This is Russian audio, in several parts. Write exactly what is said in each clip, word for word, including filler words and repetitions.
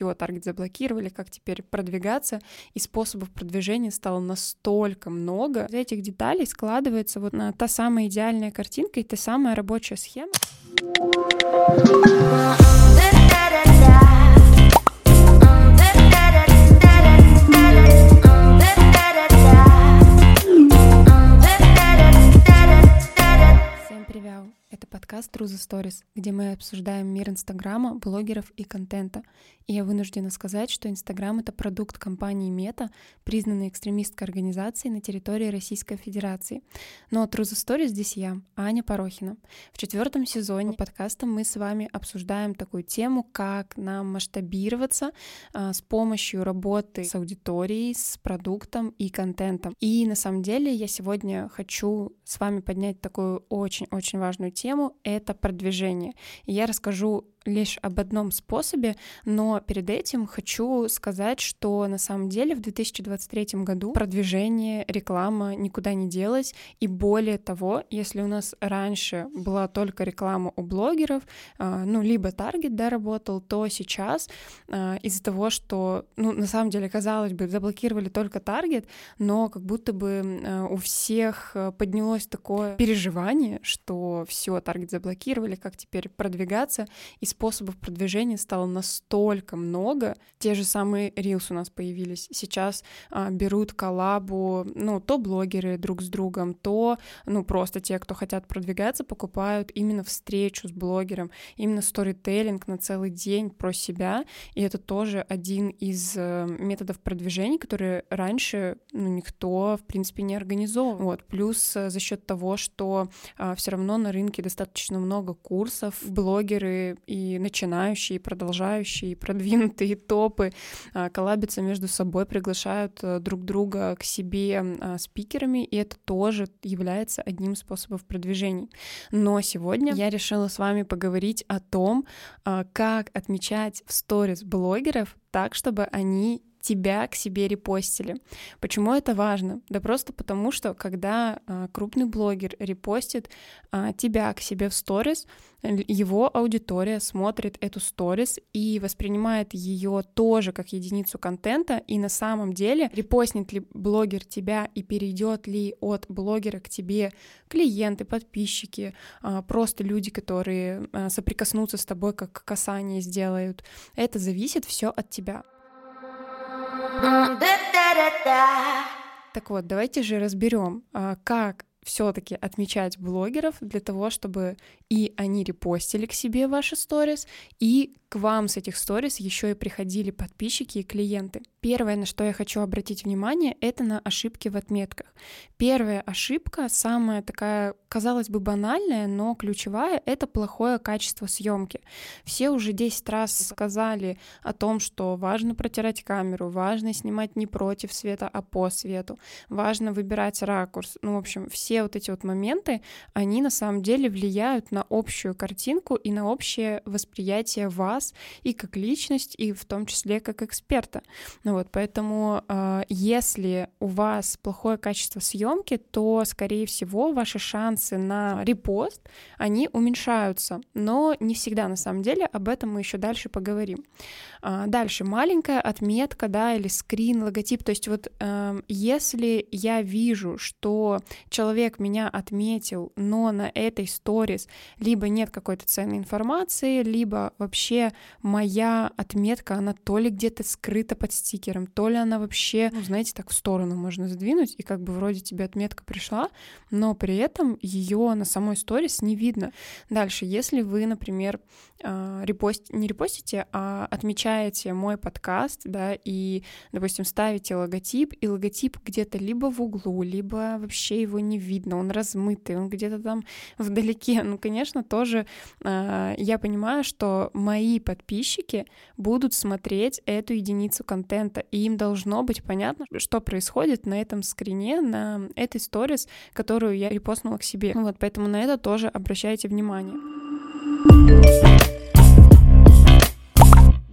его таргет заблокировали, как теперь продвигаться, и способов продвижения стало настолько много. Из этих деталей складывается вот на та самая идеальная картинка и та самая рабочая схема. Привет! Это подкаст True the Stories, где мы обсуждаем мир Инстаграма, блогеров и контента. И я вынуждена сказать, что Инстаграм — это продукт компании Мета, признанной экстремистской организацией на территории Российской Федерации. Но True the Stories здесь я, Аня Порохина. В четвертом сезоне подкаста мы с вами обсуждаем такую тему, как нам масштабироваться а, с помощью работы с аудиторией, с продуктом и контентом. И на самом деле я сегодня хочу с вами поднять такую очень-очень важную тему — это продвижение. И я расскажу лишь об одном способе, но перед этим хочу сказать, что на самом деле в две тысячи двадцать третьем году продвижение, реклама никуда не делась, и более того, если у нас раньше была только реклама у блогеров, ну, либо таргет, да, работал, то сейчас из-за того, что, ну, на самом деле, казалось бы, заблокировали только таргет, но как будто бы у всех поднялось такое переживание, что все, таргет заблокировали, как теперь продвигаться, и способов продвижения стало настолько много. Те же самые Reels у нас появились. Сейчас а, берут коллабу, ну, то блогеры друг с другом, то, ну, просто те, кто хотят продвигаться, покупают именно встречу с блогером, именно сторителлинг на целый день про себя, и это тоже один из э, методов продвижения, которые раньше, ну, никто, в принципе, не организовывал. Вот. Плюс э, за счет того, что э, все равно на рынке достаточно много курсов, блогеры и И начинающие, и продолжающие, и продвинутые топы коллабятся между собой, приглашают друг друга к себе спикерами, и это тоже является одним из способов продвижения. Но сегодня я решила с вами поговорить о том, как отмечать в сторис блогеров так, чтобы они тебя к себе репостили. Почему это важно? Да просто потому, что когда а, крупный блогер репостит а, тебя к себе в сторис, его аудитория смотрит эту сторис и воспринимает ее тоже как единицу контента, и на самом деле репостнет ли блогер тебя и перейдет ли от блогера к тебе клиенты, подписчики, а, просто люди, которые а, соприкоснутся с тобой, как касание сделают. Это зависит все от тебя. Так вот, давайте же разберем, как все-таки отмечать блогеров для того, чтобы и они репостили к себе ваши сторис, и к вам с этих сторис еще и приходили подписчики и клиенты. Первое, на что я хочу обратить внимание, это на ошибки в отметках. Первая ошибка, самая такая, казалось бы, банальная, но ключевая, это плохое качество съемки. Все уже десять раз сказали о том, что важно протирать камеру, важно снимать не против света, а по свету, важно выбирать ракурс. Ну, в общем, все вот эти вот моменты, они на самом деле влияют на общую картинку и на общее восприятие вас и как личность, и в том числе как эксперта. Ну вот, поэтому э, если у вас плохое качество съемки, то, скорее всего, ваши шансы на репост, они уменьшаются, но не всегда на самом деле, об этом мы еще дальше поговорим. А, дальше, маленькая отметка, да, или скрин, логотип, то есть вот э, если я вижу, что человек меня отметил, но на этой сторис либо нет какой-то ценной информации, либо вообще моя отметка, она то ли где-то скрыта под стикером, то ли она вообще, ну, знаете, так в сторону можно сдвинуть, и как бы вроде тебе отметка пришла, но при этом ее на самой сторис не видно. Дальше, если вы, например, репост... не репостите, а отмечаете мой подкаст, да, и, допустим, ставите логотип, и логотип где-то либо в углу, либо вообще его не видно, он размытый, он где-то там вдалеке, ну, конечно, тоже я понимаю, что мои подписчики будут смотреть эту единицу контента, и им должно быть понятно, что происходит на этом скрине, на этой сторис, которую я репостнула к себе. Вот, поэтому на это тоже обращайте внимание.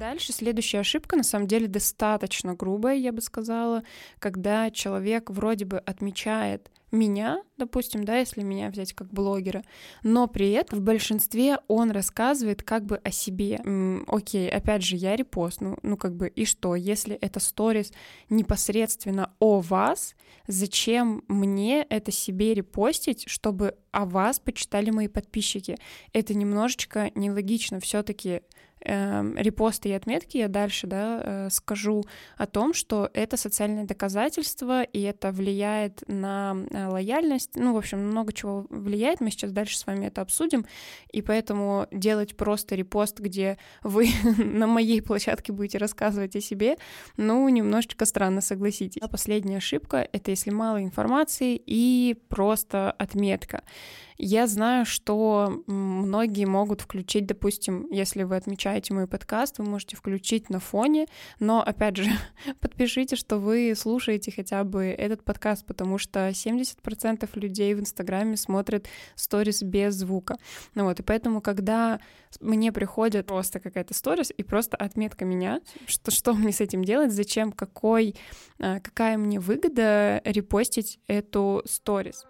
Дальше следующая ошибка, на самом деле, достаточно грубая, я бы сказала, когда человек вроде бы отмечает меня, допустим, да, если меня взять как блогера, но при этом в большинстве он рассказывает как бы о себе. М, окей, опять же, я репостну, ну как бы и что, если это сторис непосредственно о вас, зачем мне это себе репостить, чтобы о вас почитали мои подписчики? Это немножечко нелогично, все-таки репосты и отметки, я дальше, да, скажу о том, что это социальное доказательство, и это влияет на лояльность, ну, в общем, много чего влияет, мы сейчас дальше с вами это обсудим, и поэтому делать просто репост, где вы на моей площадке будете рассказывать о себе, ну, немножечко странно, согласитесь. А последняя ошибка — это если мало информации и просто отметка. Я знаю, что многие могут включить, допустим, если вы отмечаете мой подкаст, вы можете включить на фоне, но, опять же, подпишите, что вы слушаете хотя бы этот подкаст, потому что семьдесят процентов людей в Инстаграме смотрят сторис без звука. Ну вот, и поэтому, когда мне приходит просто какая-то сторис и просто отметка меня, что, что мне с этим делать, зачем, какой, какая мне выгода репостить эту сторис?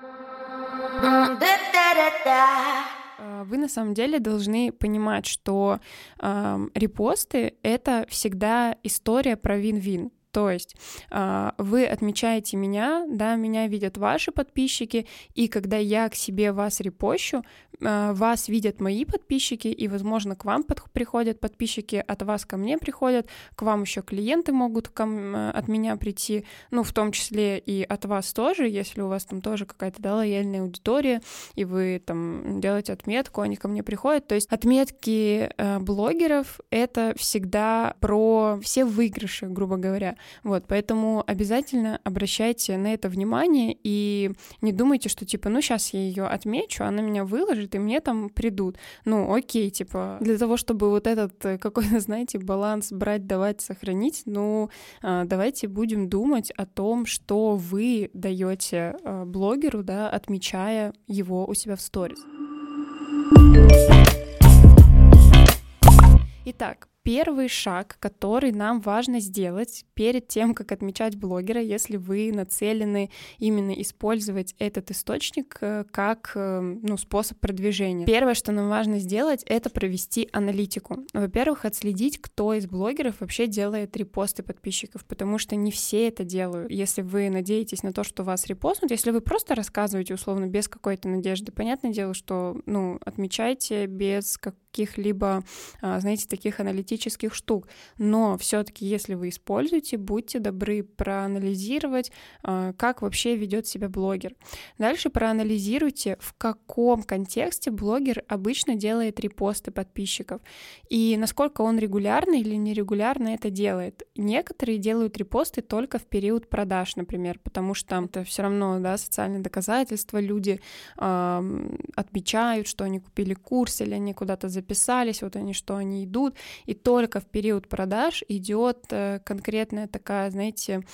Вы на самом деле должны понимать, что э, репосты — это всегда история про вин-вин. То есть э, вы отмечаете меня, да, меня видят ваши подписчики, и когда я к себе вас репощу, э, вас видят мои подписчики, и, возможно, к вам под- приходят подписчики, от вас ко мне приходят, к вам еще клиенты могут ко м- от меня прийти, ну, в том числе и от вас тоже, если у вас там тоже какая-то, да, лояльная аудитория, и вы там делаете отметку, они ко мне приходят. То есть отметки э, блогеров — это всегда про все выигрыши, грубо говоря. Вот, поэтому обязательно обращайте на это внимание и не думайте, что типа, ну сейчас я ее отмечу, она меня выложит, и мне там придут. Ну, окей, типа, для того, чтобы вот этот какой-то, знаете, баланс брать, давать, сохранить, ну, давайте будем думать о том, что вы даете блогеру, да, отмечая его у себя в сторис. Итак, первый шаг, который нам важно сделать перед тем, как отмечать блогера, если вы нацелены именно использовать этот источник как, ну, способ продвижения. Первое, что нам важно сделать, это провести аналитику. Во-первых, отследить, кто из блогеров вообще делает репосты подписчиков, потому что не все это делают. Если вы надеетесь на то, что вас репостнут, если вы просто рассказываете, условно, без какой-то надежды, понятное дело, что, ну, отмечайте без каких-либо, знаете, таких аналитических штук. Но все-таки, если вы используете, будьте добры проанализировать, как вообще ведет себя блогер. Дальше проанализируйте, в каком контексте блогер обычно делает репосты подписчиков и насколько он регулярно или нерегулярно это делает. Некоторые делают репосты только в период продаж, например, потому что это все равно, да, социальное доказательство. Люди э, отмечают, что они купили курс или они куда-то записались, вот они, что они идут, и только в период продаж идет конкретная такая, знаете,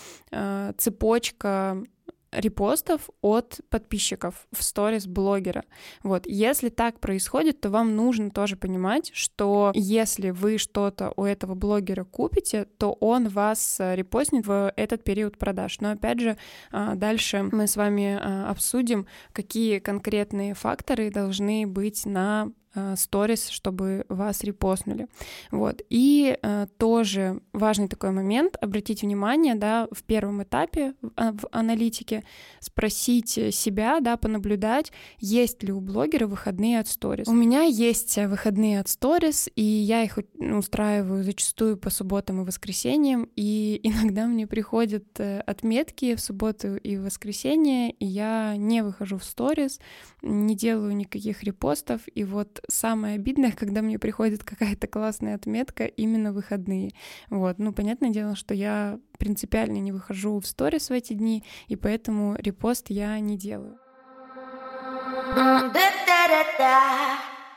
цепочка репостов от подписчиков в сторис блогера. Вот, если так происходит, то вам нужно тоже понимать, что если вы что-то у этого блогера купите, то он вас репостнет в этот период продаж. Но опять же, дальше мы с вами обсудим, какие конкретные факторы должны быть на сторис, чтобы вас репостнули. Вот. И э, тоже важный такой момент, обратить внимание, да, в первом этапе в, в аналитике, спросить себя, да, понаблюдать, есть ли у блогера выходные от сторис. У меня есть выходные от сторис, и я их устраиваю зачастую по субботам и воскресеньям, и иногда мне приходят отметки в субботу и в воскресенье, и я не выхожу в сторис, не делаю никаких репостов, и вот самое обидное, когда мне приходит какая-то классная отметка именно в выходные. Вот. Ну, понятное дело, что я принципиально не выхожу в сторис в эти дни, и поэтому репост я не делаю.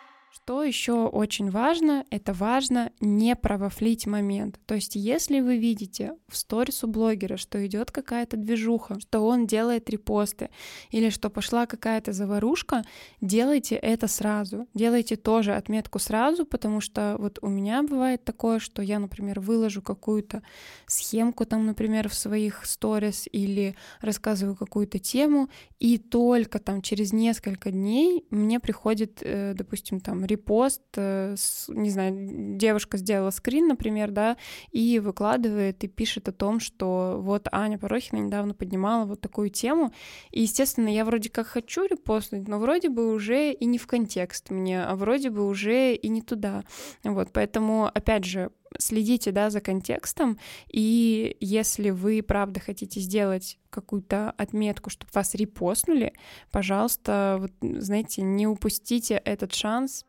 Что еще очень важно, это важно не провафлить момент. То есть если вы видите в сторис у блогера, что идет какая-то движуха, что он делает репосты или что пошла какая-то заварушка, делайте это сразу. Делайте тоже отметку сразу, потому что вот у меня бывает такое, что я, например, выложу какую-то схемку там, например, в своих сторис или рассказываю какую-то тему, и только там через несколько дней мне приходит, э, допустим, там репост, э, с, не знаю, девушка сделала скрин, например, да, и выкладывает и пишет о том, что вот Аня Порохина недавно поднимала вот такую тему, и, естественно, я вроде как хочу репостнуть, но вроде бы уже и не в контекст мне, а вроде бы уже и не туда, вот, поэтому, опять же, следите, да, за контекстом, и если вы, правда, хотите сделать какую-то отметку, чтобы вас репостнули, пожалуйста, вот, знаете, не упустите этот шанс.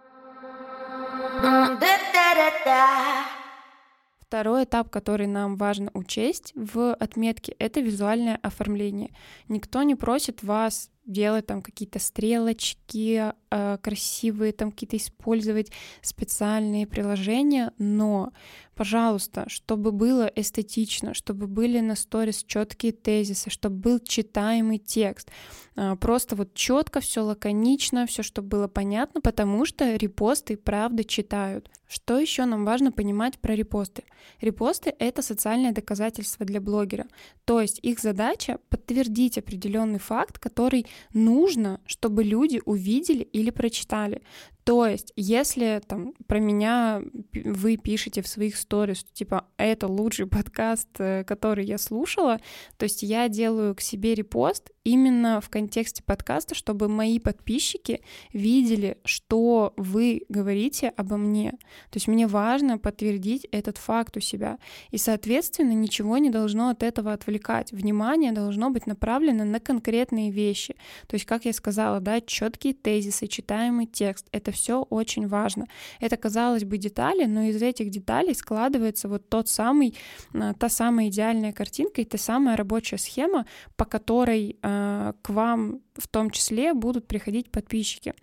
Второй этап, который нам важно учесть в отметке, это визуальное оформление. Никто не просит вас делать там какие-то стрелочки, э, красивые, там какие-то использовать специальные приложения, но, пожалуйста, чтобы было эстетично, чтобы были на сторис четкие тезисы, чтобы был читаемый текст, э, просто вот четко, все лаконично, все, чтобы было понятно, потому что репосты правда читают. Что еще нам важно понимать про репосты? Репосты — это социальное доказательство для блогера, то есть их задача — подтвердить определенный факт, который нужно, чтобы люди увидели или прочитали. То есть, если там про меня вы пишете в своих сторис, что типа это лучший подкаст, который я слушала, то есть я делаю к себе репост именно в контексте подкаста, чтобы мои подписчики видели, что вы говорите обо мне. То есть мне важно подтвердить этот факт у себя. И, соответственно, ничего не должно от этого отвлекать. Внимание должно быть направлено на конкретные вещи. То есть, как я сказала, да, четкие тезисы, читаемый текст — это все очень важно. Это, казалось бы, детали, но из этих деталей складывается вот тот самый, та самая идеальная картинка и та самая рабочая схема, по которой э, к вам в том числе будут приходить подписчики.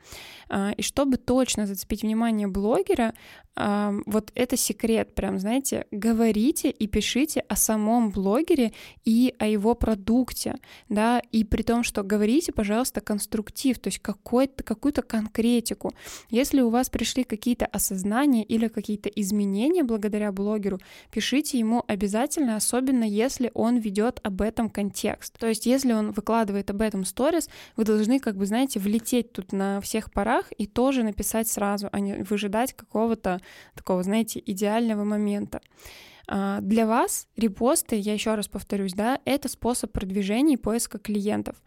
И чтобы точно зацепить внимание блогера, вот это секрет, прям, знаете, говорите и пишите о самом блогере и о его продукте, да, и при том, что говорите, пожалуйста, конструктив, то есть какой-то, какую-то конкретику. Если у вас пришли какие-то осознания или какие-то изменения благодаря блогеру, пишите ему обязательно, особенно если он ведет об этом контекст. То есть если он выкладывает об этом сторис, вы должны, как бы, знаете, влететь тут на всех парах и тоже написать сразу, а не выжидать какого-то такого, знаете, идеального момента. Для вас репосты, я еще раз повторюсь, да, это способ продвижения и поиска клиентов.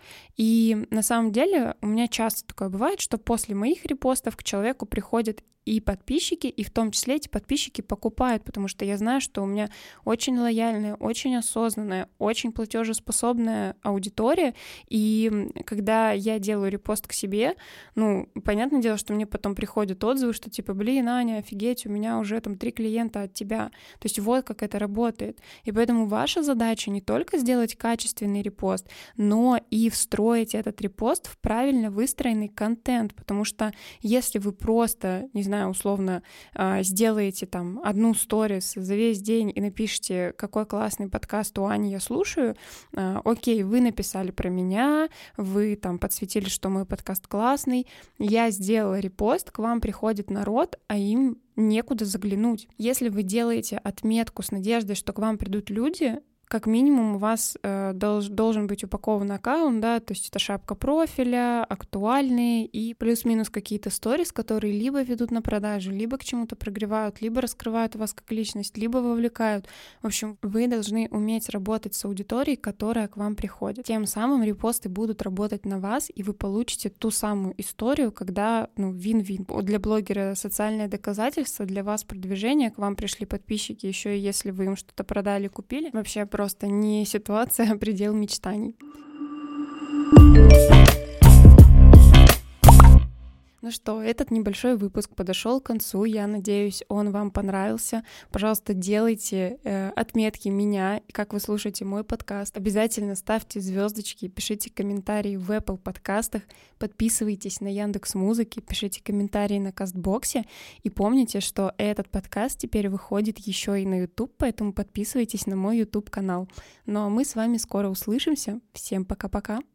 И на самом деле у меня часто такое бывает, что после моих репостов к человеку приходят и подписчики, и в том числе эти подписчики покупают, потому что я знаю, что у меня очень лояльная, очень осознанная, очень платежеспособная аудитория, и когда я делаю репост к себе, ну, понятное дело, что мне потом приходят отзывы, что типа, блин, Аня, офигеть, у меня уже там три клиента от тебя. То есть вот как это работает. И поэтому ваша задача не только сделать качественный репост, но и встроить этот репост в правильно выстроенный контент, потому что если вы просто, не знаю, условно, сделаете там одну сторис за весь день и напишите, какой классный подкаст у Ани я слушаю, окей, вы написали про меня, вы там подсветили, что мой подкаст классный, я сделала репост, к вам приходит народ, а им некуда заглянуть. Если вы делаете отметку с надеждой, что к вам придут люди, как минимум у вас э, долж, должен быть упакован аккаунт, да, то есть это шапка профиля, актуальные и плюс-минус какие-то сторис, которые либо ведут на продажу, либо к чему-то прогревают, либо раскрывают вас как личность, либо вовлекают. В общем, вы должны уметь работать с аудиторией, которая к вам приходит. Тем самым репосты будут работать на вас, и вы получите ту самую историю, когда, ну, вин-вин. Для блогера социальное доказательство, для вас продвижение, к вам пришли подписчики, еще и если вы им что-то продали, купили. Вообще просто не ситуация, а предел мечтаний. Ну что, этот небольшой выпуск подошел к концу. Я надеюсь, он вам понравился. Пожалуйста, делайте э, отметки меня, как вы слушаете мой подкаст. Обязательно ставьте звездочки, пишите комментарии в Apple подкастах, подписывайтесь на Яндекс.Музыке, пишите комментарии на Кастбоксе. И помните, что этот подкаст теперь выходит еще и на YouTube, поэтому подписывайтесь на мой YouTube канал. Ну а мы с вами скоро услышимся. Всем пока-пока.